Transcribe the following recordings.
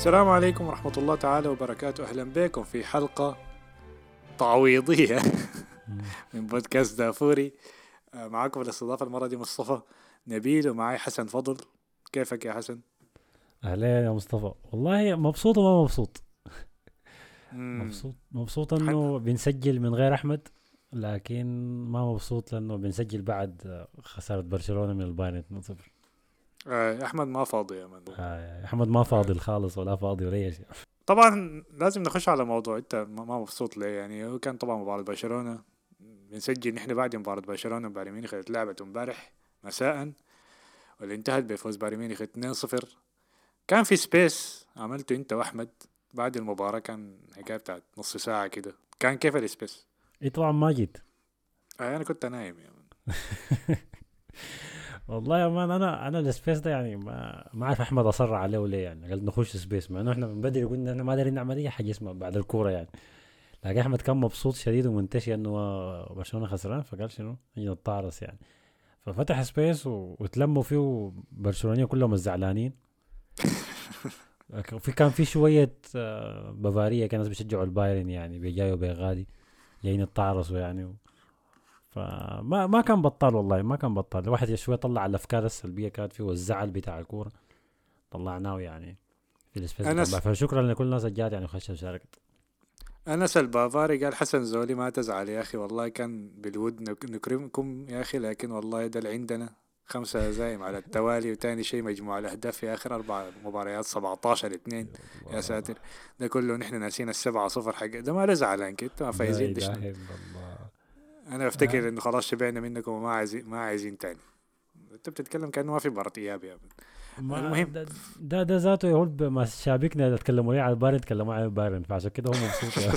السلام عليكم ورحمة الله تعالى وبركاته. أهلا بكم في حلقة تعويضية مم. من بودكاست دافوري. معاكم في الاستضافة المرة دي مصطفى نبيل ومعي حسن فضل. كيفك يا حسن؟ أهلا يا مصطفى، والله مبسوط وما مبسوط. مم. مبسوط حد... انه بنسجل من غير احمد، لكن ما مبسوط لانه بنسجل بعد خسارة برشلونة من البايرن 2-0. أحمد ما فاضي يا من. احمد ما آه. فاضي خالص ولا فاضي ولا اي شيء. طبعا لازم نخش على موضوع أنت ما مبسوط ليه. يعني هو كان طبعا مباراة برشلونة، بنسجل نحن بعد مباراة برشلونة بايرن ميونخ اللي اتلعبت امبارح مساء، واللي انتهت بفوز بايرن ميونخ 2-0. كان في سبيس عملته انت واحمد بعد المباراة، كان حكاية بتاعت نص ساعة كده. كان كيف السبيس؟ اي طبعا ما جيت. انا كنت نايم يعني. والله يا مان، انا السبيس ده يعني ما اعرف احمد اصر عليه ولا يعني قال نخش سبيس، مع انه احنا من بدري قلنا احنا ما دارين نعمل اي حاجه اسمها بعد الكوره يعني. لكن احمد كان مبسوط شديد ومنتشي انه برشلونه خسران، فقال شنو نجي نتعرس يعني. ففتح سبيس وتلموا فيه برشلونيين كلهم الزعلانين. كان في شوية بافارية كانوا بيشجعوا البايرن يعني بيجايوا بيغادي جايين يتعرسوا يعني. فما كان بطال، والله ما كان بطال. الواحد شوية طلع الأفكار السلبية كانت فيه والزعل بتاع الكورة، طلعناه يعني في السبيس بتاع انس امبارح. فشكرا لكل الناس اللي جات يعني وخشت وشاركت. انس البافاري قال حسن زولي ما تزعل يا اخي، والله كان بالود نكرمكم يا اخي، لكن والله ده اللي عندنا 5 هزايم على التوالي، وتاني شيء مجموع الاهداف في اخر 4 مباريات 17-2. يا يا الله، ساتر، ده كله نحن ناسيين 7-0 حق ده. ما له زعلان كده ما لا فايزين إله دشنا. إلا الله. انا آه. بفتكر انه خلاص شبعنا منكم وما عايزين ما عايزين تاني. انت بتتكلم كأنه ما في مباراة اياب يا ابني. ما المهم. ده ذاته يقول ما شابكنا تكلموا لي على البايرن، تكلموا على البايرن، فعشان كده هو مبسوط يا.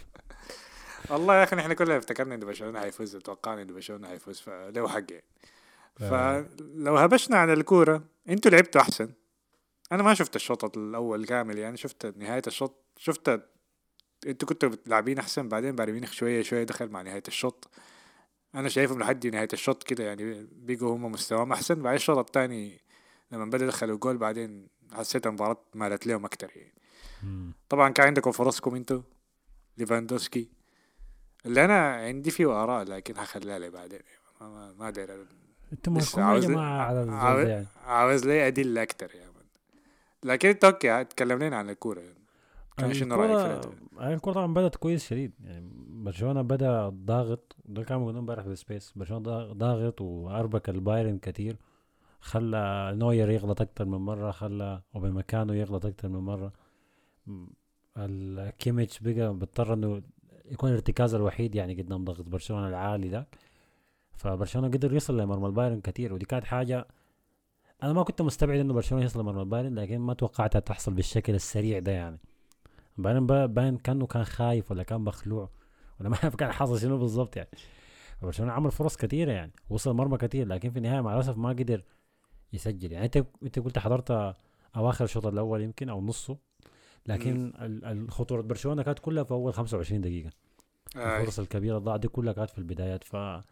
والله يا اخي نحن كلنا افتكرنا ان برشلونة هيفوز، توقعنا ان برشلونة هيفوز، فله حق يعني. آه. فلو هبشنا عن الكورة، انتوا لعبتوا احسن. انا ما شفت الشوط الاول كامل، يعني شفت نهاية الشوط. شفت انتوا كنتوا لاعبين احسن، بعدين بايرن ميونخ شوية شوية دخل مع نهاية الشوط. انا شايفهم لحد نهاية الشوط كده يعني بيجوا هم مستواهم احسن. بعد الشوط الثاني لما بدأ دخلوا جول، بعدين حسيت المباراة مالت لهم اكتر يعني. مم. طبعا كان عندكم فرصكم انتوا، ليفاندوسكي، اللي انا عندي فيه اراء لكن هخليها لي بعدين. ما داير. انتوا لسه مالكم يا عاوز جماعة على الزول عاوز, ده يعني. عاوز لي ادله اكتر يا من. لكن انت اوكي، اتكلم لنا عن الكوره يعني. كان شنو رايك في الكرة الاداء؟ الكرة طبعا بدأت كويس شديد يعني. برشلونة بدأ ضاغط، ده كان موجود امبارح في السبيس. برشلونة ضاغط وأربك البايرن كتير، خلى نوير يغلط أكتر من مرة، خلى وبمكانه يغلط أكتر من مرة. م- الكيميتش بقى بيضطر انه يكون الارتكاز الوحيد يعني قدام ضغط برشلونة العالي ده. فبرشلونة قدر يوصل لمرمى البايرن كتير، ودي كانت حاجة انا ما كنت مستبعد انه برشلونة يوصل لمرمى البايرن، لكن ما توقعتها تحصل بالشكل السريع ده يعني. باين باين كانه كان خايف ولا كان مخلوع ولا ما اعرف كان حاصل شنو بالضبط يعني. برشلونه عمل فرص كثيره يعني، وصل مرمى كثير، لكن في النهايه مع الاسف ما قدر يسجل يعني. انت قلت حضرت اواخر الشوط الاول يمكن او نصه، امم لكن الخطوره برشلونه كانت كلها في اول 25 دقيقه. اي. الفرص الكبيره ضاعت دي كلها كانت في البدايات.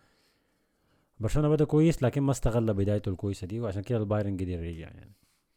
برشلونه بدا كويس لكن ما استغل بدايته الكويسه دي، وعشان كده البايرن قدر يرجع يعني.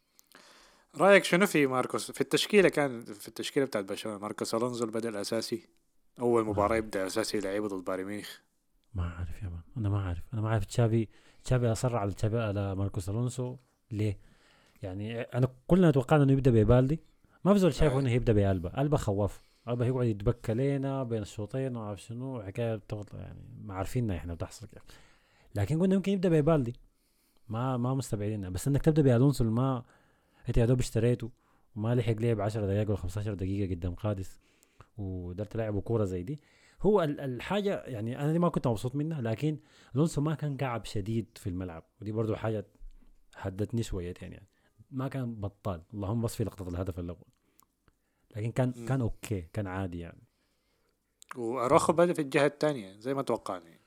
رايك شنو في ماركوس في التشكيله؟ كان في التشكيله بتاعت برشلونه ماركوس الونزو اللي بدا الاساسي اول ما مباراه عارف، يبدا اساسي لعيبه ضد بايرن ميونخ. ما عارف يا مان، انا ما عارف تشافي اصر على تشافي على ماركوس الونسو ليه؟ يعني انا كلنا توقعنا انه يبدا ببالدي. ما بزول شايف اي. انه يبدا بألبا خواف. ألبا هيقعد يتبكى لنا بين الشوطين وما اعرف شنو حكايه بتغلط يعني، ما عارفينها احنا بتحصل كيف. لكن قلنا يمكن يبدا ببالدي، ما مستبعدينها. بس انك تبدا بالونسو اللي ما انت يا دوب اشتريته وما لحق لعب 10 دقائق ولا 15 دقيقه قدام قادس، ودرت لعبوا كوره زي دي. هو الحاجه يعني انا دي ما كنت مبسوط منها، لكن الونسو ما كان قاعد شديد في الملعب، ودي برضو حاجه حدتني شويه يعني. ما كان بطال اللهم بس في لقطه الهدف الاول، لكن كان مم. اوكي، كان عادي يعني. واراخو بدا في الجهه الثانيه زي ما توقعنا يعني.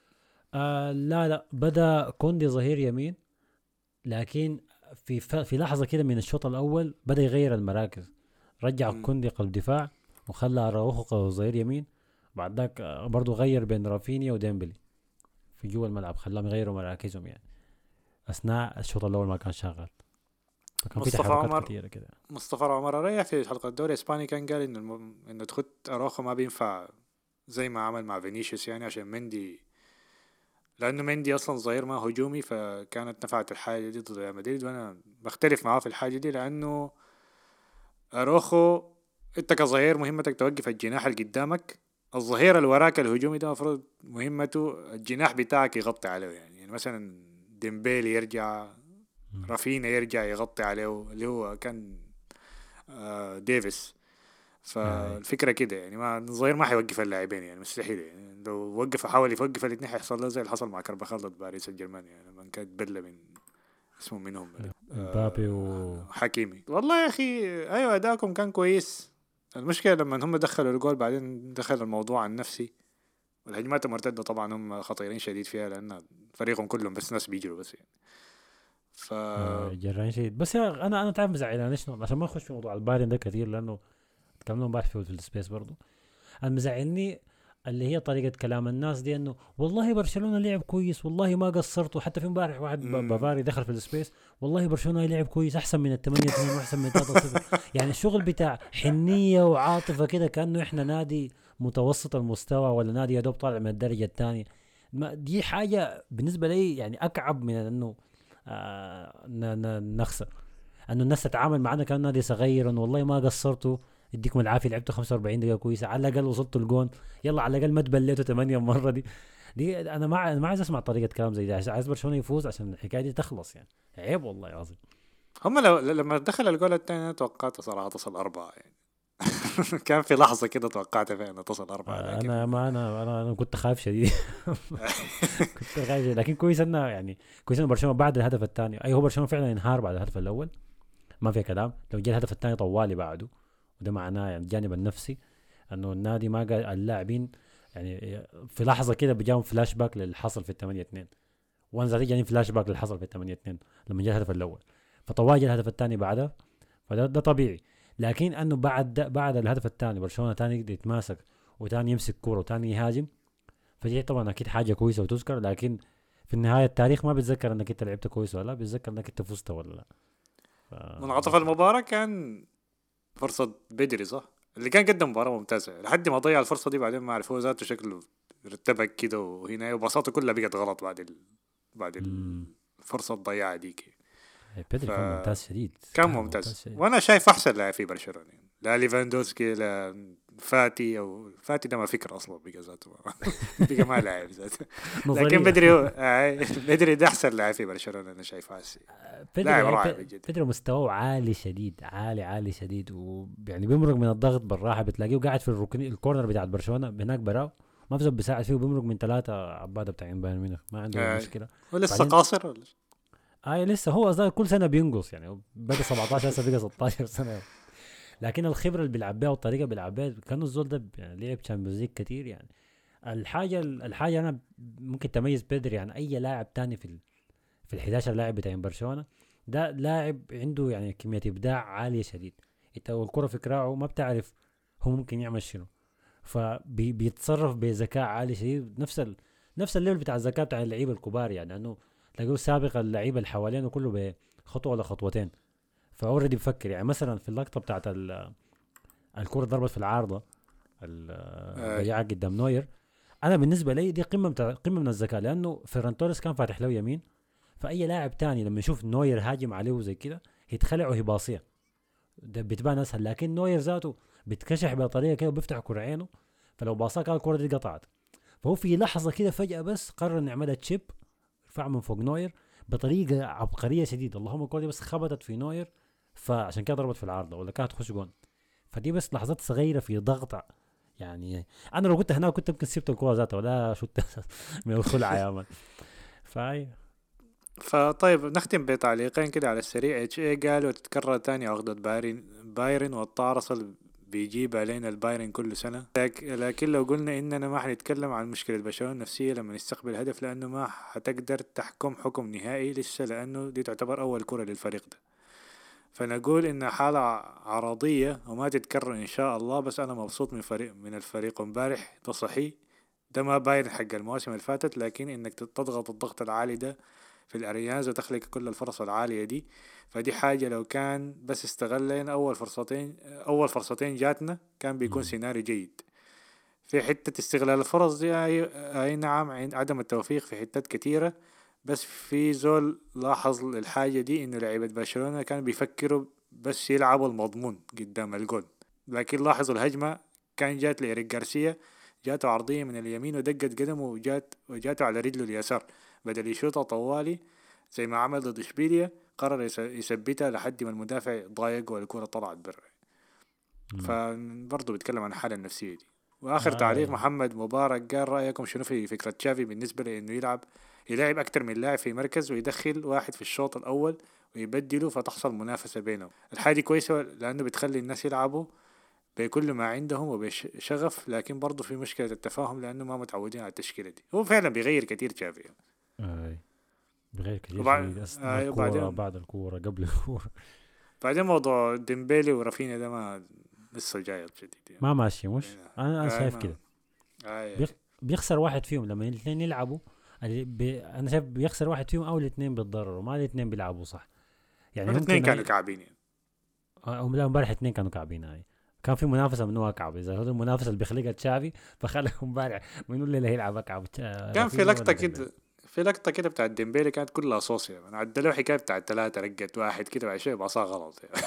لا بدا كوندي ظهير يمين، لكن في لحظه كده من الشوط الاول بدا يغير المراكز. رجع مم. كوندي قلب دفاع وخلى اراوخو ظهير يمين. بعد ذاك برضو غير بين رافينيا وديمبلي في جوا الملعب، خلاهم يغيروا مراكزهم يعني. اثناء الشوط الاول ما كان شغال. فكان في مصطفى تحركات عمر كتيرة كده. مصطفى عمر ريح في حلقة الدوري الإسباني، كان قال إنه تخت أراخو ما بينفع زي ما عمل مع فينيسيوس، يعني عشان مندي، لأنه مندي أصلا ظهير ما هجومي، فكانت نفعت الحاجة دي ضد ريال مدريد. وأنا بختلف معاه في الحاجة دي، لأنه أروخو أنت كظهير مهمتك توقف الجناح اللي قدامك. الظهير اللي وراك الهجومي ده المفروض مهمته الجناح بتاعك يغطي عليه، يعني مثلا ديمبيلي يرجع، مم. رافينا يرجع يغطي عليه اللي هو كان ديفيس. هاي. فالفكرة كده يعني، ما الظهير ما حيوقف اللاعبين، يعني مستحيل. يعني لو وقف حاول يوقف الاثنين حيحصل له زي اللي حصل مع كربخال ضد باريس الجرماني، يعني لما كانت بلة من اسمه منهم مبابي حكيمي. والله يا اخي ايوه اداءكم كان كويس. المشكلة لما هم دخلوا الجول بعدين دخل الموضوع عن نفسي، والهجمات المرتدة طبعا هم خطيرين شديد فيها، لأن فريقهم كلهم بس ناس بيجروا بس يعني. ف جراني شديد. بس يا انا تعرف مزعلان ليش؟ عشان ما نخش في موضوع البايرن ده كثير، لانه تكلمنا امبارح في السبيس برضه. انا مزعلني اللي هي طريقة كلام الناس دي، انه والله برشلونة لعب كويس، والله ما قصرتوا. حتى في امبارح واحد مم. بافاري دخل في السبيس، والله برشلونة لعب كويس احسن من الثمانية 2 واحسن من 3-0. يعني الشغل بتاع حنية وعاطفة كده، كأنه احنا نادي متوسط المستوى ولا نادي يا دوب طالع من الدرجة الثانية. دي حاجة بالنسبة لي يعني اكعب من انه نخسر. انه الناس تتعامل معنا كان نادي صغير، انه والله ما قصرتوا، يديكم العافيه لعبتوا 45 دقيقه كويسه، على الاقل وصلتوا الجون، يلا على الاقل ما تبليتوا 8 مره. دي انا ما عايز اسمع طريقه كلام زي ده. عايز برشلونه يفوز عشان الحكايه دي تخلص يعني. عيب والله العظيم. هم لما دخل الجول الثاني توقعت صراحة تصل أربعة يعني. كان في لحظة كده توقعت فيها انها تصل أربعة، انا لكن ما انا كنت خايف شديد. كنت خايف شديد. لكن كويس انه يعني كويس انه برشلونه بعد الهدف الثاني، اي هو برشلونه فعلا انهار بعد الهدف الاول، ما في كلام. لو جاء الهدف الثاني طوالي بعده، وده معناه يعني الجانب النفسي، انه النادي ما قال اللاعبين يعني في لحظه كده بيجاهم فلاش باك للي حصل في ال 8-2. وانا ذاتي جاني فلاش باك للي حصل في ال 8-2 لما جاء الهدف الاول. فطوال جاء الهدف الثاني بعدها، فده طبيعي. لكن انه بعد الهدف الثاني برشلونه ثاني يقدر يتماسك، وثاني يمسك كوره وثاني يهاجم، فدي طبعا اكيد حاجه كويسه وتذكر. لكن في النهايه التاريخ ما بيتذكر انك انت لعبت كويس ولا لا، بيتذكر انك انت فزت ولا لا. منعطف المباراة كان فرصة بدري صح، اللي كان قدم مباراة ممتازة لحد ما ضيع الفرصة دي. بعدين ما عرف هو ذاته شكله رتبك كده، وهنا وبساطته كلها بقت غلط بعد امم الفرصة الضياعة ديك. بدري كان فكان ممتاز شديد، كان ممتاز ممتاز، شديد. وانا شايف احسن لاعب في برشلونة يعني. لا ليفاندوسكي لا فاتي، او فاتي ده ما فكر اصلا بقى ذاته. بقى ما لاعب ذاته. لكن نظريه. بدري هو بدري ده احسن لاعب في برشلونة انا شايفه هسي. لاعب بدري رائع بجد. بدري مستواه عالي شديد، عالي شديد، ويعني بيمرق من الضغط بالراحه، بتلاقيه قاعد في الركن الكورنر بتاعت برشلونه هناك براو، ما في زول بيساعد فيه، وبيمرق من ثلاثه عباده بتاعين بايرن ميونخ، ما عنده اي آه. مشكله. ولسه بعدين قاصر ولا لسه هو أصلاً كل سنه بينقص يعني، بدا 17 هسه بقى 16 سنه. لكن الخبره اللي بيلعب بيها والطريقه اللي بيلعب بيها، كان الزول ده يعني لعب تشامبيونز ليج كتير يعني. الحاجه انا ممكن تميز بدري عن اي لاعب تاني في ال 11 لاعب بتاعين برشلونه. ده لاعب عنده يعني كميه ابداع عاليه شديد. انت والكره في كراعه ما بتعرف هو ممكن يعمل شنو، فبيتصرف بذكاء عالي شديد. نفس الليفل بتاع الذكاء بتاع اللعيبه الكبار يعني، انه تلاقيه سابق اللعيبه اللي حوالينه كله بخطوه ولا خطوتين. فاوريدي بفكر يعني مثلا في اللقطه بتاعت الكره ضربت في العارضه، آه. ضيعها قدام نوير. انا بالنسبه لي دي قمه من الذكاء، لانه فيران توريس كان فاتح له يمين، فاي لاعب تاني لما يشوف نوير هاجم عليه زي كده هيتخلع وهيباصيه، ده بتبان اسهل. لكن نوير ذاته بيتكشح بطريقه كده وبيفتح كره عينه، فلو باصاك الكره دي قطعت. فهو في لحظه كده فجاه بس قرر انه يعملها تشيب، يرفع من فوق نوير بطريقه عبقريه شديده. اللهم الكره دي بس خبطت في نوير، فعشان كده ضربت في العارضه ولا كانت تخش جون. فدي بس لحظات صغيره في ضغط يعني. انا لو كنت هناك كنت يمكن سبت الكوره ذاتها ولا شوت من الخلعه يا مان. فاي. فطيب نختم بتعليقين كده على السريع. اتش اي قالوا تتكرر تاني عقدة بايرن والطارص اللي بيجيب علينا البايرن كل سنة. لكن لو قلنا اننا ما حنتكلم عن مشكلة برشلونة النفسية لما نستقبل هدف، لانه ما حتقدر تحكم حكم نهائي لسه، لانه دي تعتبر اول كرة للفريق ده. فنقول إن حالة عرضية وما تتكرر إن شاء الله. بس أنا مبسوط من الفريق امبارح، ده صحيح. ده ما باين حق المواسم اللي فاتت، لكن إنك تضغط الضغط العالي ده في الأرياز وتخلق كل الفرص العالية دي. فدي حاجة لو كان بس استغلين أول فرصتين جاتنا كان بيكون مم. سيناريو جيد. في حتة استغلال الفرص دي أي نعم، عدم التوفيق في حتات كتيرة. بس في زول لاحظ الحاجة دي إنه لعيبة برشلونة كانوا بيفكروا بس يلعبوا المضمون قدام الجول. لكن لاحظوا الهجمة كان جات لإيريك جارسيا، جاته عرضية من اليمين ودقت قدمه وجاته على رجله اليسار، بدل يشوطها طوالي زي ما عمل ضد اشبيليا. قرر يثبتها لحد ما المدافع ضايق والكرة طلعت برا. مم. فبرضه بيتكلم عن الحالة النفسية دي. واخر تعليق آه. محمد مبارك قال رايكم شنو في فكره تشافي بالنسبه لانه يلعب اكتر من لاعب في مركز ويدخل واحد في الشوط الاول ويبدله فتحصل منافسه بينهم. الحاجه كويسه لانه بتخلي الناس يلعبوا بكل ما عندهم وبشغف، لكن برضه في مشكله التفاهم لانه ما متعودين على التشكيله دي. هو فعلا بيغير كتير تشافي. آه. بغير كثير وبعد شديد، أثناء الكورة وبعدين بعد الكورة قبل الكورة. موضوع ديمبيلي ورافينيا ده ما لسه جاي جديد يعني. ما ماشي، مش أنا آه شايف ما كده. آه بيخسر واحد فيهم لما الاثنين يلعبوا. انا شايف بيخسر واحد فيهم او الاثنين بيتضرروا، ما الاثنين بيلعبوا صح. يعني الاثنين ممكن كانوا كعبين يعني. هم لا، امبارح اثنين كانوا كعبين هاي. كان في منافسه من نوع كعب، اذا هو المنافسه اللي بيخلقها تشافي فخلهم امبارح منو اللي هيلعب اكعب، كان في رافينيا لقطة ولا ديمبلي. كده في لقطة كده بتاعت ديمبيلي كانت كلها صوص يعني. أنا عدلوا حكاية بتاعت 3 رقت واحد كده بعد شوية باصاه غلط يعني.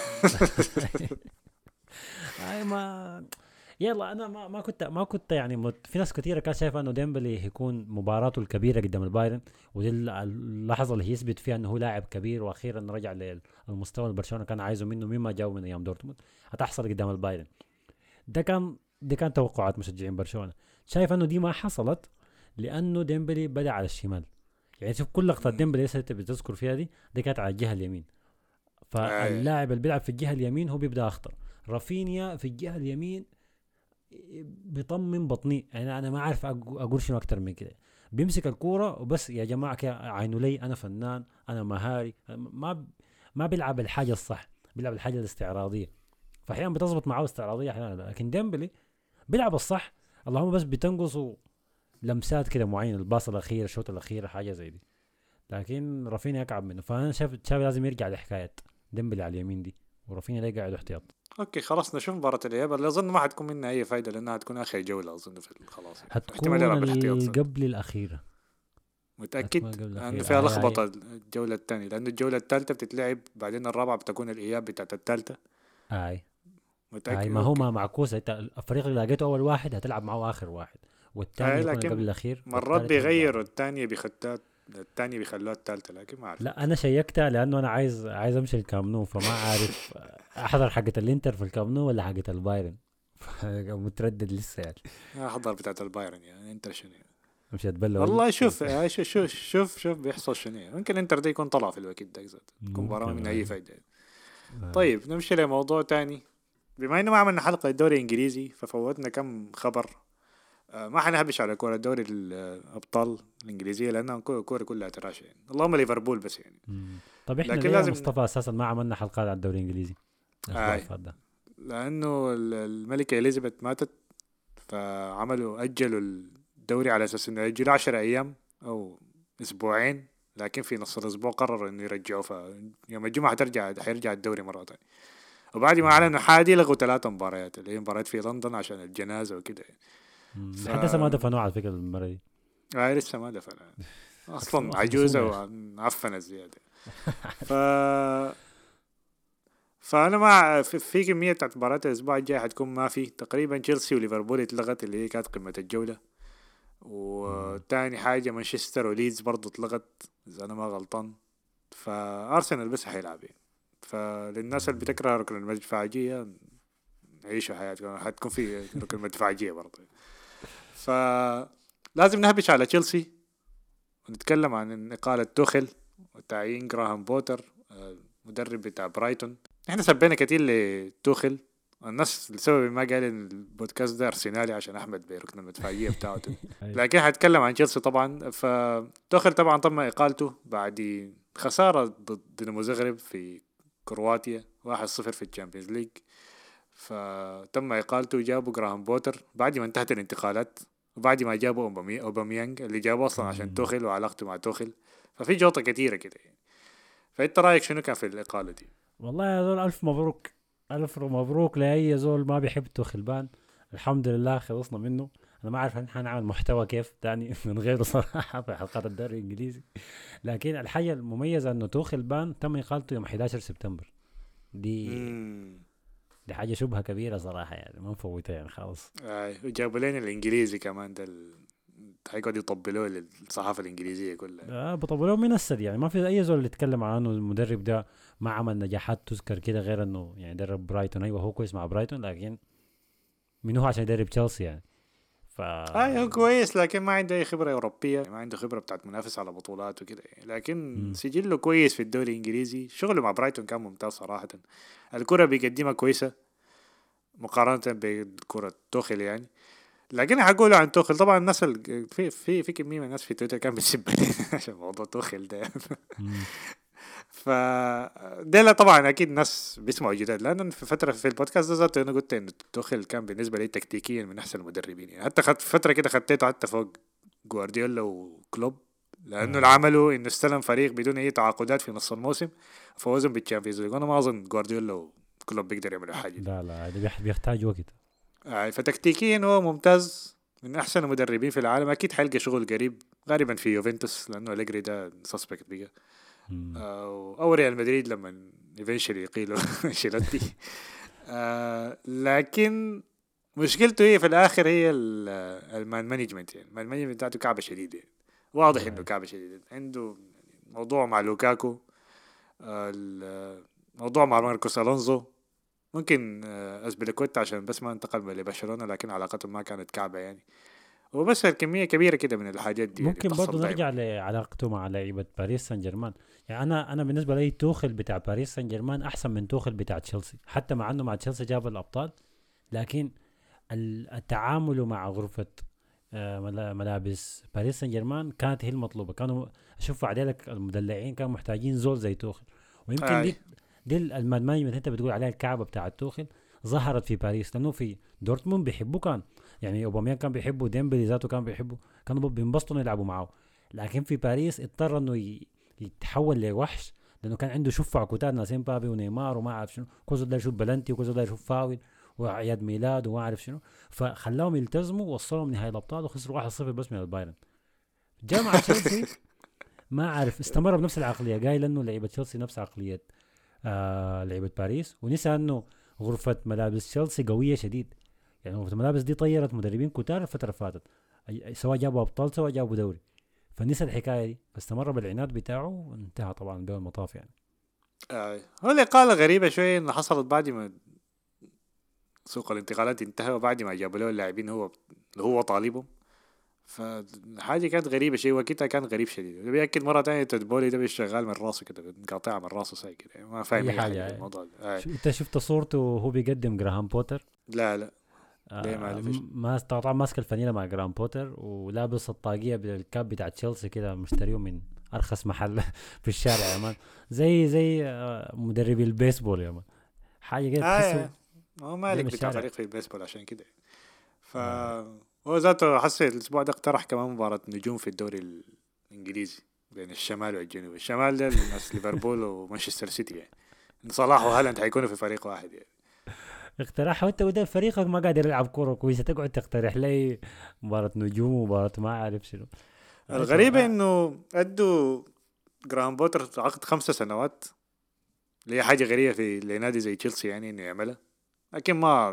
هاي ما يلا انا ما كنت يعني في ناس كثيره كانت شايفه انه ديمبلي هيكون مباراته الكبيره قدام البايرن، ودي اللحظه اللي هيثبت فيها انه هو لاعب كبير واخيرا رجع للمستوى اللي برشلونه كان عايزه منه مما جاوا من ايام دورتموند. هتحصل قدام البايرن. ده كان توقعات مشجعين برشلونه. شايف انه دي ما حصلت لانه ديمبلي بدا على الشمال. يعني شوف كل لقطه مم. ديمبلي لسه بتذكر فيها دي كانت على الجهه اليمين. أي فاللاعب اللي بيلعب في الجهه اليمين هو بيبدا اخطر. رافينيا في الجهه اليمين بيطمن بطني، يعني انا ما عارف اقول شنو اكتر من كده. بيمسك الكوره وبس يا جماعه كده عينوا لي انا فنان انا مهاري. ما بيلعب الحاجه الصح، بيلعب الحاجه الاستعراضيه. فاحيانا بتظبط معه استعراضيه احيانا لا. لكن ديمبلي بيلعب الصح، اللهم بس بتنقصه لمسات كده معينه، الباص الاخير الشوط الاخير حاجه زي دي. لكن رافينيا اكعب منه، فانا شايف تشافي لازم يرجع لحكايه ديمبلي على اليمين دي، ورافينيا ده قاعد احتياط. أوكي خلاص نشوف مباراة الإياب اللي أظن ما حتكون منها أي فايدة لأنها هتكون آخر جولة أظن في خلاص يعني. فاحتمال هتكون يلعب بالاحتياط صح. قبل الاخيره. هتكون متأكد قبل لأنه الاخير، فيها هاي لخبطة الجولة الثانية، لأنه الجولة الثالثة بتتلعب بعدين الرابعة بتكون الإياب بتاعت الثالثة. هاي هاي متأكد ما هو أوكي. ما معكوس. انت الفريق اللي لقيته اول واحد هتلعب معه اخر واحد، والثاني هيكون قبل لكن الاخير، مرات والثالث هيبقى. بيغيروا الثانية بيخلوها الثالثة لكن ما أعرف. لا انا شيكتها لانه انا عايز امشي الكامنو، فما عارف احضر حقة الانتر في الكامنو ولا حقة البايرن. متردد لسه يعني. أحضر بتاعت البايرن يعني أنت شنو. امشي اتبلى وجهي والله شوف شوف بيحصل شنو يعني. ممكن انتر ده يكون طلع في الوقت ده ذاته تكون مباراة ممكن من اي فايدة يعني. هاي. طيب نمشي لموضوع تاني. بما انه ما عملنا حلقة الدوري الانجليزي ففوتنا كم خبر. ما حنهبش على كورة الدوري الابطال الانجليزية لانها كورة كلها تراشة يعني. اللهم ليفربول بس يعني. طب احنا لكن ليه يا لازم مصطفى اساسا ما عملنا حلقات على الدوري الانجليزي الاسبوع اللي آه فات ده؟ لانه الملكة اليزابيث ماتت، فعملوا اجلوا الدوري على اساس انه يأجلوا 10 ايام او اسبوعين. لكن في نص الاسبوع قرروا انه يرجعوا، فيوم الجمعة حيرجع الدوري مرة تانية. وبعد ما مم. اعلنوا حادي لغوا 3 مباريات اللي هي مباريات في لندن عشان الجنازة وكده. ف لحد هسه ما دفنوه على فكره المره دي. لسه ما دفع اصلا اخلصونا عجوزة يا اخي. وعفنة زيادة. ف فانا مع في كمية بتاعت مباريات الاسبوع الجاي حتكون ما في تقريبا تشيلسي وليفربول اتلغت اللي هي كانت قمة الجولة. مم. وتاني حاجة مانشستر وليدز برضو اتلغت إذا أنا ما غلطان. فأرسنال بس حيلعب يعني. فللناس اللي مم. بتكره ركن المدفعجية عيشوا حياتكم حتكون في ركن المدفعجية برضو. فلازم نهبش على تشيلسي ونتكلم عن إقالة توخل وتعيين جراهام بوتر المدرب بتاع برايتون. احنا سبينا كتير لتوخل الناس لسبب ما قال ان البودكاست ده ارسنالي عشان احمد بركن المدفعيه بتاعته. أي. لكن هتكلم عن تشيلسي طبعا. فتوخل طبعا تم اقالته بعد خساره ضد دينامو زغرب في كرواتيا 1-0 في الشامبيونز ليج. فتم اقالته وجابوا جراهام بوتر بعد ما انتهت الانتقالات وبعد ما جابوا اوباميانج اللي جابوا اصلا عشان مم. توخل وعلاقته مع توخل. ففي جوطة كتيرة كده يعني. فانت رايك شنو كان في الاقالة دي؟ والله يا زول الف مبروك، الف مبروك لاي زول ما بيحب توخلبان. الحمد لله خلصنا منه. انا ما اعرف حنعمل محتوى كيف تاني من غيره صراحه في حلقات الدوري الانجليزي. لكن الحاجه المميزه انه توخلبان تم اقالته يوم 11 سبتمبر. دي امم دي حاجه شبهه كبيره صراحه، يعني ما نفوتها يعني خالص. وجابوا لنا الانجليزي كمان ده هيقعدوا يطبلوه للصحافة الانجليزية كلها. بطبلوا من السد، يعني ما في اي زول اللي يتكلم عنه المدرب ده ما عمل نجاحات تذكر كده، غير انه يعني درب برايتون. ايوه هو كويس مع برايتون، لكن من هو عشان يدرب تشيلسي يعني؟ ف هو كويس لكن ما عنده اي خبرة اوروبية، ما عنده خبرة بتاعت منافسة على بطولات وكده يعني. لكن مم. سجله كويس في الدوري الانجليزي، شغله مع برايتون كان ممتاز صراحة. الكرة بيقدمها كويسة مقارنة بكرة توخيل يعني. لكن حقول عن توخيل طبعا الناس في كمية من الناس في تويتر كان بتسب عليه عشان موضوع توخيل ده. مم. ف ده طبعا اكيد ناس بيسمعوا جداد، لان في فتره في البودكاست ده ذاته انا قلت ان توخيل كان بالنسبه لي تكتيكيا من احسن المدربين يعني. حتى خدت فتره كده خدته حتى فوق جوارديولا وكلوب، لانه اللي آه. عمله انه استلم فريق بدون اي تعاقدات في نص الموسم فوزهم بالتشامبيونز ليج. وانا ما اظن جوارديولا وكلوب بيقدر يعملوا حاجه دي. لا لا، ده بيحتاج وقت. فتكتيكيا هو ممتاز، من احسن المدربين في العالم. اكيد حيلقى شغل قريب غالبا في يوفنتوس لانه أليجري ده سسبكت بقى، مم. او ريال مدريد لما ايفينشلي يقيلوا انشيلوتي. لكن مشكلته هي في الاخر هي المان مانجمنت يعني. المان مانجمنت بتاعته كعبه شديده يعني. واضح انه آه. كعبه شديده. عنده موضوع مع لوكاكو، الموضوع مع ماركوس الونزو. ممكن اسبليكويتا عشان بس ما انتقل لبرشلونه، لكن علاقتهم ما كانت كعبه يعني. وبس الكميه كبيره كده من الحاجات دي يعني ممكن برضه بتحصل دائما. نرجع لعلاقته مع لعيبه باريس سان جيرمان. يعني انا بالنسبه لي توخل بتاع باريس سان جيرمان احسن من توخل بتاع تشيلسي، حتى مع انه مع تشيلسي جاب الابطال. لكن التعامل مع غرفه ملابس باريس سان جيرمان كانت هي المطلوبه. كانوا اشوف عليك المدلعين كانوا محتاجين زول زي توخل. ويمكن اي دي المانجمنت انت بتقول عليها الكعبه بتاع توخل ظهرت في باريس، لانه في دورتموند بيحبوه كان، يعني اوباميان كان بيحبه، ديمبلي ذاته كان بيحبه، كانوا بينبسطوا يلعبوا معه. لكن في باريس اضطر انه يتحول لوحش، لانه كان عنده شفع كتار ناسين بابي ونيمار وما اعرف شنو، كوزو ده يشوف بلنتي وكوزو ده يشوف فاول وعياد ميلاد وما اعرف شنو. فخلاهم يلتزموا ووصلهم نهائي الابطال وخسروا 1-0 بس من البايرن. جاء مع تشيلسي ما عارف استمر بنفس العقليه، قايل انه لعيبه تشيلسي نفس عقليه لعيبه باريس، ونسى انه غرفه ملابس تشيلسي قويه شديد. يعني غرفه الملابس دي طيرت مدربين كتار الفتره اللي فاتت، سواء جابوا ابطال سواء جابوا دوري. فنسى الحكايه دي، فاستمر بالعناد بتاعه وانتهى طبعا به المطاف يعني. هو الإقالة غريبة شوية إنه حصلت بعد ما سوق الانتقالات انتهى وبعد ما جابوا له اللاعبين هو طالبهم. فحاجة كانت غريبة شيء، وقتها كان غريب شديد. ده بيأكد مرة تانية تدبولي ده شغال من راسه كده، قاطع من راسه ساي كده، ما فاهم اي أي حاجة حاجه في يعني. الموضوع ده. انت شفت صورته وهو بيقدم جراهام بوتر؟ لا لا، ده ما أعرفش. طبعا ماسك الفانيله مع جراهام بوتر ولابس الطاقيه بالكاب بتاع تشيلسي كده، مشتريه من ارخص محل في الشارع يا مان. زي مدربي البيسبول يا مان، حاجه كده تحسه هو جاي مالك من بتاع الشارع. فريق في البيسبول عشان كده. ف آه. هو ذاته حسيت الأسبوع ده اقترح كمان مباراة نجوم في الدوري الإنجليزي بين الشمال والجنوب. الشمال ده الناس ليفربول ومانشستر سيتي يعني، صلاح وهالاند حيكونوا في فريق واحد يعني. اقتراح، وانت وده فريقك ما قادر يلعب كوره كويسه تقعد تقترح لي مباراه نجوم ومباراه ما عارف شنو. الغريبة إنه أدوا جراهام بوتر عقد 5 سنوات، اللي هي حاجة غريبة في لنادي زي تشيلسي يعني إنه يعملها. لكن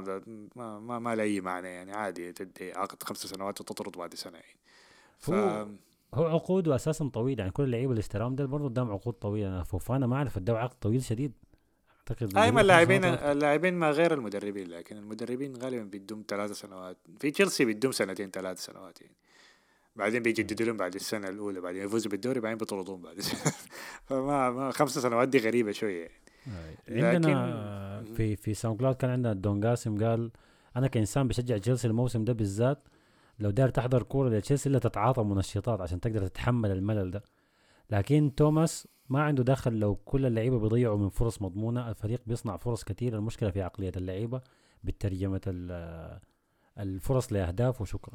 ما له أي معنى يعني. عادي تدي عقد 5 سنوات وتطرد بعد سنة يعني. ف هو هو عقوده اساسا طويل، يعني كل اللعيبه اللي اشتراهم ده برضه قدام عقود طويله. انا فوفانا ما اعرف اداه عقد طويل شديد، اعتقد ما قريب 5 سنوات اللاعبين واكثر. اللاعبين ما غير المدربين، لكن المدربين غالبا بيدوم 3 سنوات. في تشيلسي بيدوم سنتين 3 سنوات يعني. بعدين بيجددوا لهم بعد السنة الأولى، بعدين يفوزوا بالدوري، بعدين بيطردون بعد سنة. فما 5 سنوات دي غريبة شوية يعني. لكن عندنا في ساوند كلاود كان عندنا دون قاسم قال: انا كانسان بشجع تشيلسي الموسم ده بالذات، لو داير تحضر كوره لتشيلسي الا تتعاطى منشطات عشان تقدر تتحمل الملل ده. لكن توماس ما عنده دخل، لو كل اللعيبه بيضيعوا من فرص مضمونه الفريق بيصنع فرص كثير. المشكله في عقليه اللعيبه بترجمه الفرص لاهداف وشكرا.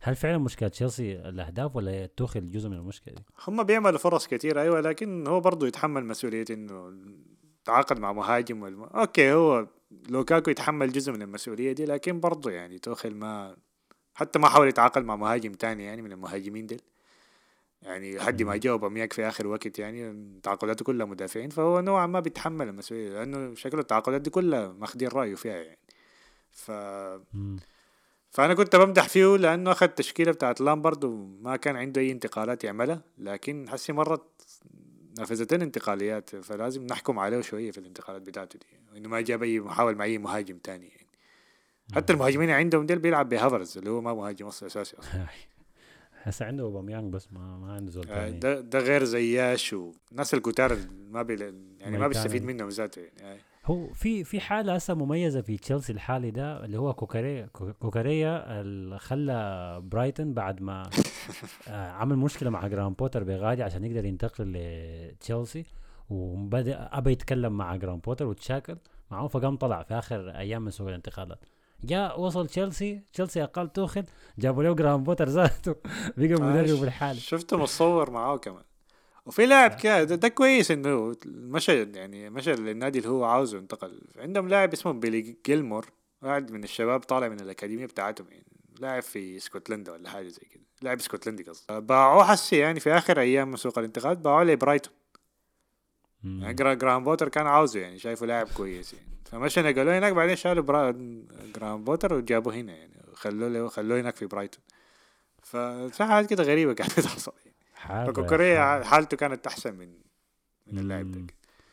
هل فعلا مشكله تشيلسي الاهداف ولا توخل جزء من المشكله دي؟ هم بيعملوا فرص كتير ايوه، لكن هو برضه يتحمل مسؤولية انه تعاقد مع مهاجم اوكي، هو لوكاكو يتحمل جزء من المسؤولية دي، لكن برضه يعني توخل ما حتى ما حاول يتعاقد مع مهاجم تاني يعني من المهاجمين ديل، يعني لحد ما مم. جاء اوبامياك في اخر وقت، يعني تعاقداته كلها مدافعين، فهو نوعا ما بيتحمل المسؤولية لانه شكله التعاقدات دي كلها ماخدين رأيه فيها يعني. ف مم. فانا كنت بمدح فيه لانه اخذ التشكيله بتاعت لامبرد وما كان عنده اي انتقالات يعملها، لكن حسي مرت نفذتين انتقاليات، فلازم نحكم عليه شويه في الانتقالات بتاعته دي، انه ما جاب اي محاول مع اي مهاجم تاني يعني. حتى مم. المهاجمين اللي عندهم ديل بيلعب بهافرز اللي هو ما مهاجم اصلا اساسي اصلا. هسه عنده اوباميانج بس ما عنده زول تاني. ده غير زياش والناس الكتار اللي ما يعني ما بيستفيد ميتانا. منهم ذاته يعني. هو في حاله هسه مميزه في تشيلسي الحالي ده اللي هو كوكاريا اللي خلى برايتن بعد ما عمل مشكله مع جرام بوتر بغادي عشان يقدر ينتقل لتشيلسي، وبدا ابى يتكلم مع جرام بوتر وتشاكل معه، فقام طلع في اخر ايام من سوق الانتقالات. جاء وصل تشيلسي اقل توخل، جابوا له جرام بوتر ذاته بقى مدرب الحالي. شفته متصور معاه كمان. وفي لاعب كده ده كويس انه مشى، يعني مشى للنادي اللي هو عاوزه، انتقل. عندهم لاعب اسمه بيلي جيلمور، واحد من الشباب طالع من الأكاديمية بتاعتهم، يعني لاعب في اسكتلندا ولا حاجة زي كده، لاعب اسكتلندي قصدي. باعوه حسي يعني في آخر أيام من سوق الانتقالات، باعوه لبرايتون. يعني مم. جرام بوتر كان عاوزه، يعني شايفه لاعب كويس يعني، فمشى نقلوه هناك، بعدين شالوا جرام بوتر وجابوه هنا يعني، خلوه هناك في برايتون. ففي حاجات كده غريبة قاعدة تحصل يعني. حاجه. فكوكوريا حالته كانت أحسن من اللاعب ده. مم.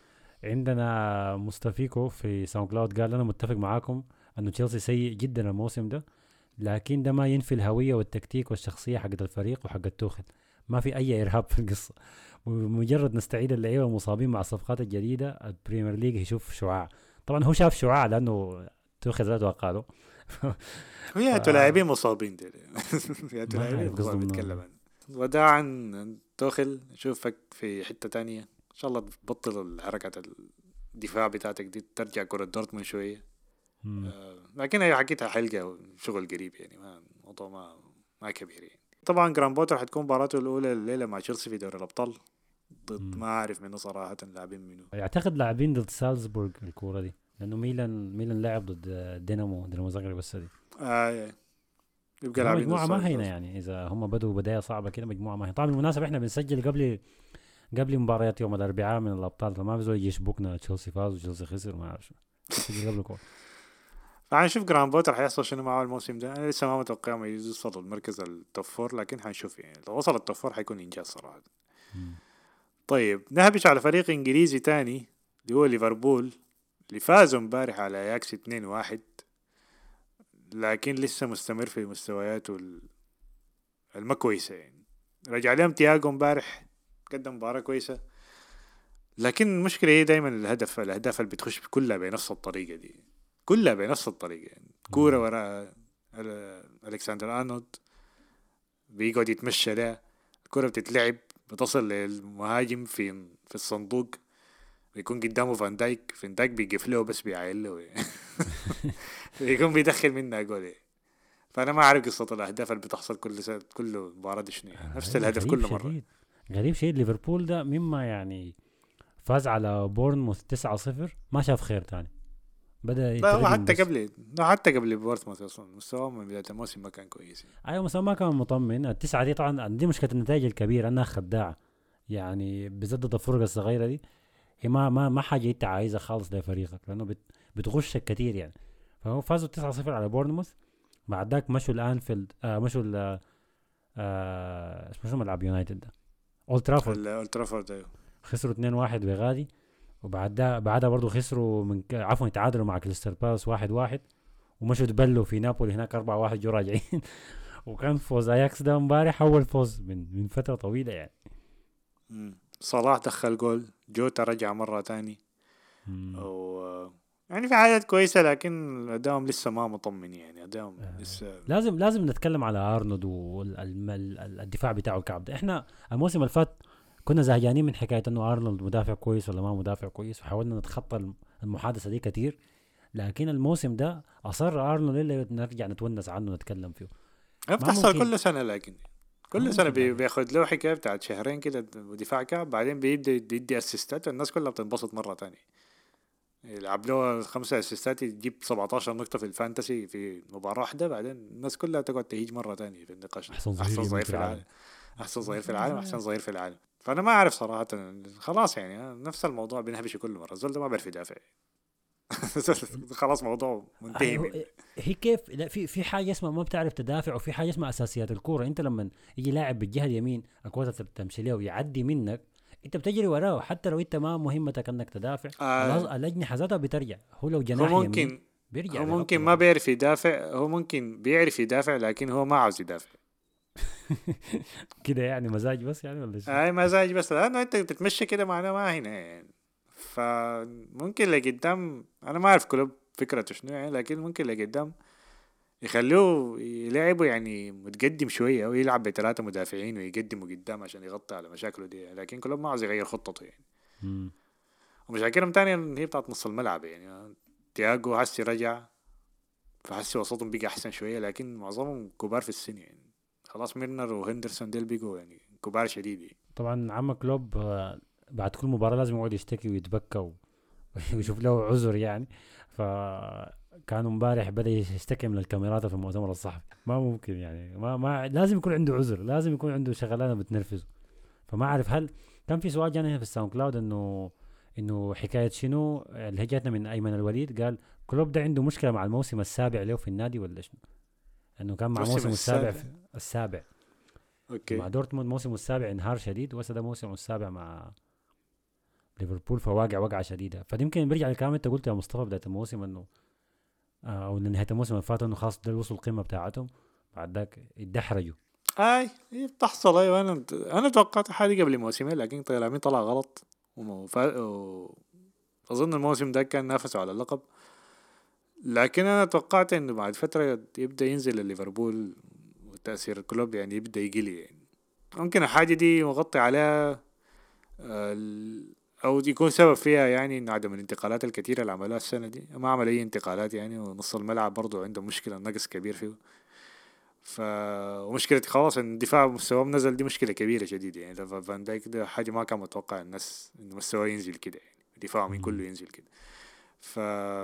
عندنا مستفيكو في ساوند كلاود قال انا متفق معاكم انه تشيلسي سيء جدا الموسم ده، لكن ده ما ينفي الهويه والتكتيك والشخصيه حقت الفريق وحق التوخل. ما في اي ارهاب في القصه، ومجرد نستعيد اللعيبه المصابين مع الصفقات الجديده البريمير ليج يشوف شعاع. طبعا هو شاف شعاع لانه توخل ذاته قالوا. ف هي لاعبين مصابين دي. يا ما لاعبين عارف مصابين قصدهم بيتكلم عنه. وداعا توخل، اشوفك في حتة تانية ان شاء الله، تبطل الحركة الدفاع بتاعتك دي، ترجع كرة دورتموند شوية. مم. لكن هي حكيتها حلقة وشغل قريب يعني، ما الموضوع ما كبير يعني. طبعا جرام بوتر حتكون مباراته الأولى الليلة مع تشيلسي في دوري الأبطال، ضد مم. ما أعرف منه صراحة لاعبين منه. اعتقد لاعبين ضد سالزبورغ الكوره دي، لانه ميلان لعب ضد دينامو زغرب بس دي. آه يبقى هو لاعبين ضد مجموعة ما هينة سالزبورغ. يعني، إذا هم بدوا بداية صعبة كده مجموعة ما هينة. طبعا بالمناسبة إحنا بنسجل قبل مباريات يوم الأربعاء من الأبطال، فما في زول يجي يشبكنا تشيلسي فاز وتشيلسي خسر ما أعرف شو. نسجل قبل كورة. فحنشوف جرام بوتر حيحصل شنو معاه الموسم ده. انا لسه ما متوقع ما يوصل المركز التوب فور، لكن حنشوف يعني لو وصل التوب فور حيكون انجاز صراحة. مم. طيب نهبش على فريق انجليزي تاني اللي هو ليفربول، اللي فازوا امبارح على اياكس 2-1، لكن لسه مستمر في مستوياته الما كويسة يعني. رجع لهم تياجو امبارح، قدم مباراة كويسة، لكن المشكلة هي دايما الأهداف اللي بتخش كلها بنفس الطريقة دي، كلها بنفس الطريقة يعني. كورة مم. وراء ألكسندر أرنولد بيقعد يتمشى ده، الكرة بتتلعب بتصل للمهاجم في الصندوق، بيكون قدامه فان دايك بيقفله بس بيعاين له. بيكون بيدخل منها جول يعني. فأنا ما أعرف قصة الأهداف اللي بتحصل كل مباراة دي شنو يعني. نفس الهدف غريب كل مرة. شديد. غريب شديد ليفربول ده مما يعني فاز على بورنموث 9-0 ما شاف خير تاني، بدأ لا هو يتردم بس. حتى قبل بورتموث أصلا مستواه من بداية الموسم ما كان كويس يعني. أيوة بس ما كان مطمن. التسعة دي طبعا دي مشكلة النتائج الكبيرة أنها خداعة يعني، بالذات ضد الفرق الصغيرة دي. هي ما حاجه انت عايزها خالص لفريقك، لانه بتغشك كتير يعني. فهو فازوا 9-0 على بورنموث. بعد ذاك مشوا الانفيلد مشوا اسمه شو ملعب يونايتد ده، اولد ترافورد. الترافورد أيوه. خسروا 2-1 بغادي. بعدها برضو خسروا عفوا تعادلوا مع كريستال بالاس 1-1. ومشوا تبلوا في نابولي هناك 4-1 جو راجعين. وكان فوز اياكس ده امبارح اول فوز من فتره طويله يعني. صلاح دخل جول، جوتا رجع مرة تاني. مم. و يعني في حاجات كويسة، لكن أدائهم لسه ما مطمن يعني، أدائهم لسه. لازم نتكلم على ارنولد والدفاع بتاعه الكعب ده. احنا الموسم اللي فات كنا زهجانين من حكايه انه ارنولد مدافع كويس ولا ما مدافع كويس، وحاولنا نتخطى المحادثه دي كتير. لكن الموسم ده اصر ارنولد اللي نرجع نتونس عنه نتكلم فيه. ما بتحصل ممكن كل سنة، لكن ما كل سنة ممكن لكن بياخد له حكاية بتاعت شهرين كده دفاع كعب، بعدين بيبدأ يدي اسيستات والناس كلها بتنبسط مرة تانية. يلعب له 5 اسيستات يجيب 17 نقطة في الفانتسي في مباراة واحدة، بعدين الناس كلها تقعد تهيج مرة تانية في النقاش ده. احسن ظهير أحسن يمين ظهير في في العالم، العالم. أحسن ظهير في ما العالم، أحسن زي ظهير في العالم. فأنا ما أعرف صراحة، خلاص يعني نفس الموضوع بنهبش كل مرة. الزول ده ما بيعرف يدافع. خلاص موضوع منتهي هو- من. هي كيف لا في حاجه اسمها ما بتعرف تدافع، وفي حاجه اسمها اساسيات الكوره. انت لما يجي لاعب بالجهه اليمين الكوره تمشي له ويعدي منك، انت بتجري وراه حتى لو انت ما مهمتك انك تدافع. آه الاجنحه ذاتها بترجع. هو لو هو جناح يمين ممكن بيرجع هو بيغطي ممكن ما بطول. بيعرف يدافع، هو ممكن بيعرف يدافع لكن هو ما عاوز يدافع. كده يعني مزاج بس يعني ولا شنو؟ اي مزاج بس، لانه انت بتتمشى كده معناه ما هنا يعني. فممكن لقدام انا ما اعرف كلوب فكرته شنو يعني، لكن ممكن لقدام يخلوه يلعبوا يعني متقدم شوية، او يلعب بثلاثة مدافعين ويقدموا قدام عشان يغطي على مشاكله دي. لكن كلوب ما عاوز يغير خطته يعني. مم. ومشاكلهم تانية إن هي بتاعت نص الملعب يعني. تياجو هسي رجع، فحسي وسطهم بقى احسن شوية، لكن معظمهم كبار في السن يعني. خلاص ميرنر وهندرسون ديل بيجوا يعني كبار شديد يعني. طبعا عم كلوب بعد كل مباراه لازم يقعد يشتكي ويتبكى مم. ويشوف له عذر يعني. فكانوا امبارح بدأ يشتكي من الكاميرات في المؤتمر الصحفي. ما ممكن يعني، ما لازم يكون عنده عذر، لازم يكون عنده شغلانه بتنرفزه. فما اعرف هل كان في سؤال جانا هنا في الساوند كلاود انه حكايه شنو اللي جاتنا من ايمن الوليد. قال كلوب ده عنده مشكله مع الموسم السابع له في النادي ولا شنو؟ انه كان مع الموسم موسمه السابع السابع. السابع اوكي. مع دورتموند موسمه السابع انهار شديد، وهسه ده موسمه السابع مع ليفربول فواقع وقعه شديده. فدي يمكن بيرجع للكلام انت قلته يا مصطفى بدايه الموسم انه او نهايه الموسم اللي فات انه خلاص ده وصلوا القمه بتاعتهم، بعد ذاك يتدحرجوا. هي بتحصل. ايوه انا توقعت حاجه قبل موسمين، لكن طلع غلط. اظن الموسم ده كان نافسوا على اللقب، لكن انا توقعت انه بعد فتره يبدا ينزل ليفربول وتاثير الكلوب يعني يبدا يقل يعني. ممكن الحاجه دي مغطي عليها او يكون سبب فيها يعني انه عدم الانتقالات الكثيره اللي عملوها السنه دي. ما عمل اي انتقالات يعني، ونص الملعب برضو عنده مشكله نقص كبير فيه. ف ومشكلة خلاص ان الدفاع مستواه نزل، دي مشكلة كبيرة شديدة يعني. فان دايك ده حاجة ما كان متوقع الناس انه مستواه ينزل كده يعني، دفاعه من مم. كله ينزل كده. ف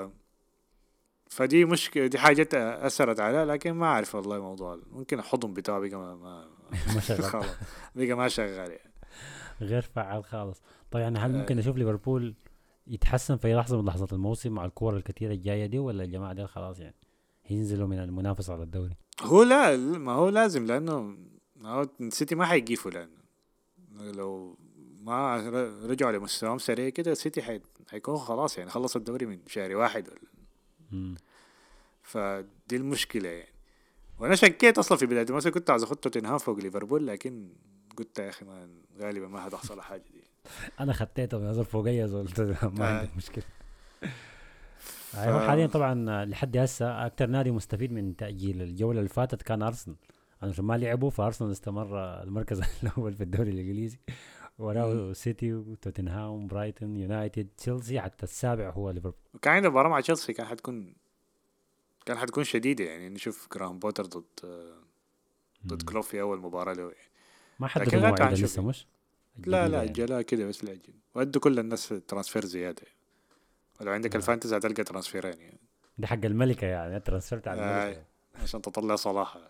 فدي مشكلة، دي حاجات أثرت عليها. لكن ما أعرف والله موضوع ممكن الحضن بتاعه بقى ما شغال. خلاص بقى ما شغال يعني. غير فعال خالص. طيب يعني هل آه، ممكن نشوف ليفربول يتحسن في لحظه من لحظات الموسم مع الكور الكثيره الجايه دي، ولا الجماعه دي خلاص يعني ينزلوا من المنافسه على الدوري؟ هو لا، ما هو لازم، لأنه ما هو السيتي ما حيجي فلان. لو ما رجعوا لمستواهم سريع كده السيتي حيكون خلاص يعني خلص الدوري من شهر واحد مم. فدي المشكلة يعني. وانا شكيت اصلا في بداية الموسم، كنت عايز اخد توتنهام فوق ليفربول، لكن قلت يا اخي ما غالبا ما هتحصل حاجة دي. انا خطيته من نظر فوقيه زول ما آه عندك مشكله. ف هو حاليا طبعا لحد هسه اكثر نادي مستفيد من تاجيل الجوله اللي فاتت كان ارسنال. عشان ما لعبوا فارسنال استمر المركز الاول في الدوري الانجليزي، مم. وراه سيتي وتوتنهام برايتون يونايتد تشيلسي، حتى السابع هو ليفربول. وكان عندنا مباراة مع تشيلسي كان حتكون شديدة يعني. نشوف جراهام بوتر ضد مم. كلوب في اول مباراة له يعني. ما لكن حددوا غير كان موعد نشوف لسه يعني. مش لا الجديده لا يعني. اجلها كده بس لاجل وادوا كل الناس ترانسفير زيادة يعني. ولو عندك آه. الفانتزي هتلقى ترانسفيرين يعني. دي حق الملكه يعني، الترانسفير على الملكه آه يعني. عشان تطلع صلاح.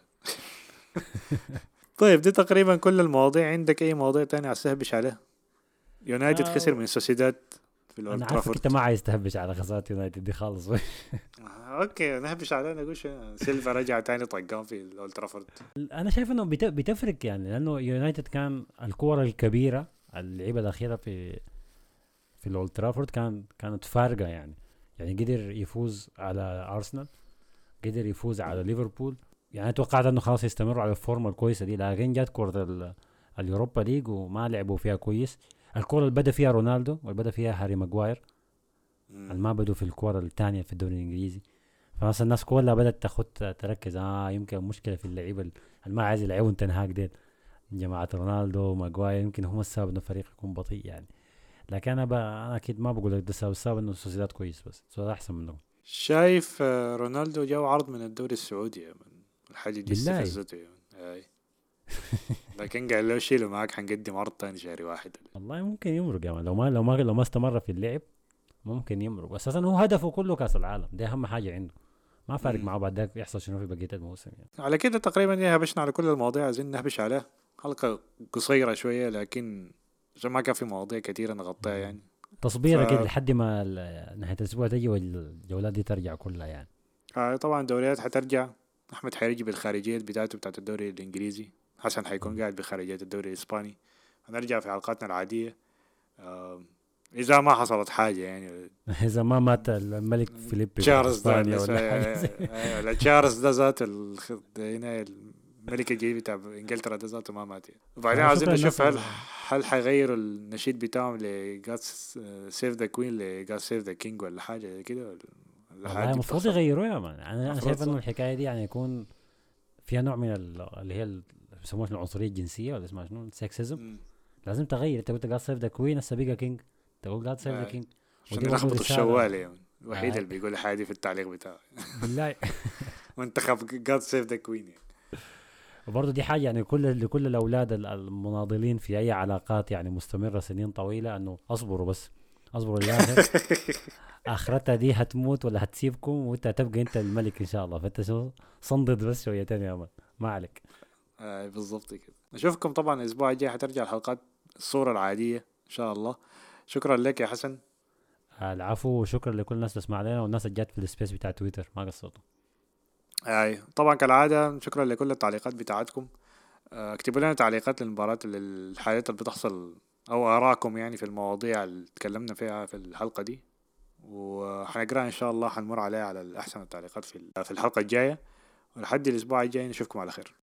طيب دي تقريبا كل المواضيع. عندك اي مواضيع تانية عسهبش عليها؟ يونايتد خسر آه. من سوسيداد في انا الاولد عارفك انت ترافورد. ما عايز تهبش على خسارة يونايتد دي خالص. اوكي نهبش علينا نقول سيلفا رجع تاني طقام في الاولد ترافورد. انا شايف انه بتفرق يعني، لانه يونايتد كان الكورة الكبيرة اللعيبة الأخيرة في الأولد ترافورد كانت فارقة يعني. يعني قدر يفوز على أرسنال، قدر يفوز على ليفربول. يعني توقعت انه خلاص يستمروا على الفورمة الكويسة دي، لكن جات كرة اليوروبا ليج وما لعبوا فيها كويس. الكرة اللي بدأ فيها رونالدو واللي بدأ فيها هاري ماجواير، مم. اللي ما بدوا في الكرة الثانية في الدوري الإنجليزي. فمثلا الناس كلها بدأت تركز يمكن مشكلة في اللعيبة اللي ما عايز يلعبوا تنهاك ديل، جماعة رونالدو ماجواير، يمكن هم السبب انه الفريق يكون بطيء يعني. لكن انا اكيد ما بقول لك ده السبب انه السوسيداد كويس، بس السوسيداد احسن منهم. شايف رونالدو جاو عرض من الدوري السعودي من الحاجة دي بالله. استفزته يعني لكن قال له شيله معاك حنقدم عرض تاني شهري واحد. والله ممكن يمرق يعني، لو ما استمر في اللعب ممكن يمرق. اساسا هو هدفه كله كاس العالم، ده اهم حاجه عنده. ما فارق مم. معاه بعد ذاك يحصل شنو في بقيه الموسم يعني. على كده تقريبا يا هبشنا على كل المواضيع عايزين نهبش عليها. حلقة قصيرة شوية لكن عشان ما كان في مواضيع كثيرة نغطيها مم. يعني. ف تصبيره كده لحد ما نهايه الاسبوع تجي والجولات دي ترجع كلها يعني. طبعا الدوريات حترجع. أحمد حيرجع بالخارجية بتاعته بتاعت الدوري الإنجليزي. حسن حيكون مم. قاعد بخارجية الدوري الإسباني. هنرجع في حلقاتنا العادية. آه، إذا ما حصلت حاجة يعني. اذا ما مات الملك فيليبي في تشارلز ده اسبانيا ولا حاجه زي. لا تشارلز ده ذات هنا الملك الجديد بتاع انجلترا ده ذاته ما مات يعني. وبعدين عايزين شكرا نشوف الناس هل حيغيروا النشيد بتاعهم ل God Save the Queen ل God Save the King ولا حاجة زي كده ولا الحاجات والله دي المفروض بتحصل. يغيروها يا مان. انا المفروض شايف انه صح. الحكايه دي يعني يكون فيها نوع من اللي هي بيسموها العنصريه الجنسيه ولا اسمها شنو، السكسزم. مم. لازم تغير. انت قلت جاد سيف ذا كوين، هسه بقى كينج، تقول جاد سيف ذا آه. كينج. عشان ودي برضه يلخبطوا رساله. الشوال يعني. الوحيد آه. اللي بيقول الحاجة دي في التعليق بتاعه. بالله. منتخب God Save the Queen يعني. وبرضه دي حاجه يعني لكل الاولاد المناضلين في اي علاقات يعني مستمره سنين طويله، انه اصبروا بس، اصبروا للاخر. اخرتها دي هتموت ولا هتسيبكم، وانت هتبقى انت الملك ان شاء الله. فانت شو، صندد بس شويتين يا مان، ما عليك. بالضبط كده. نشوفكم طبعا الأسبوع الجاي حترجع الحلقات الصورة العادية إن شاء الله. شكرا لك يا حسن. العفو، وشكرا لكل الناس اللي تسمع لنا والناس اللي جات في السبيس بتاع تويتر ما قصرتوا. طبعا كالعادة شكرا لكل التعليقات بتاعتكم. اكتبوا لنا تعليقات للمباراة الحاجات اللي بتحصل أو آراءكم يعني في المواضيع اللي تكلمنا فيها في الحلقة دي. وحنقرأ إن شاء الله حنمر عليها على الأحسن التعليقات في الحلقة الجاية. ولحد الأسبوع الجاي نشوفكم على خير.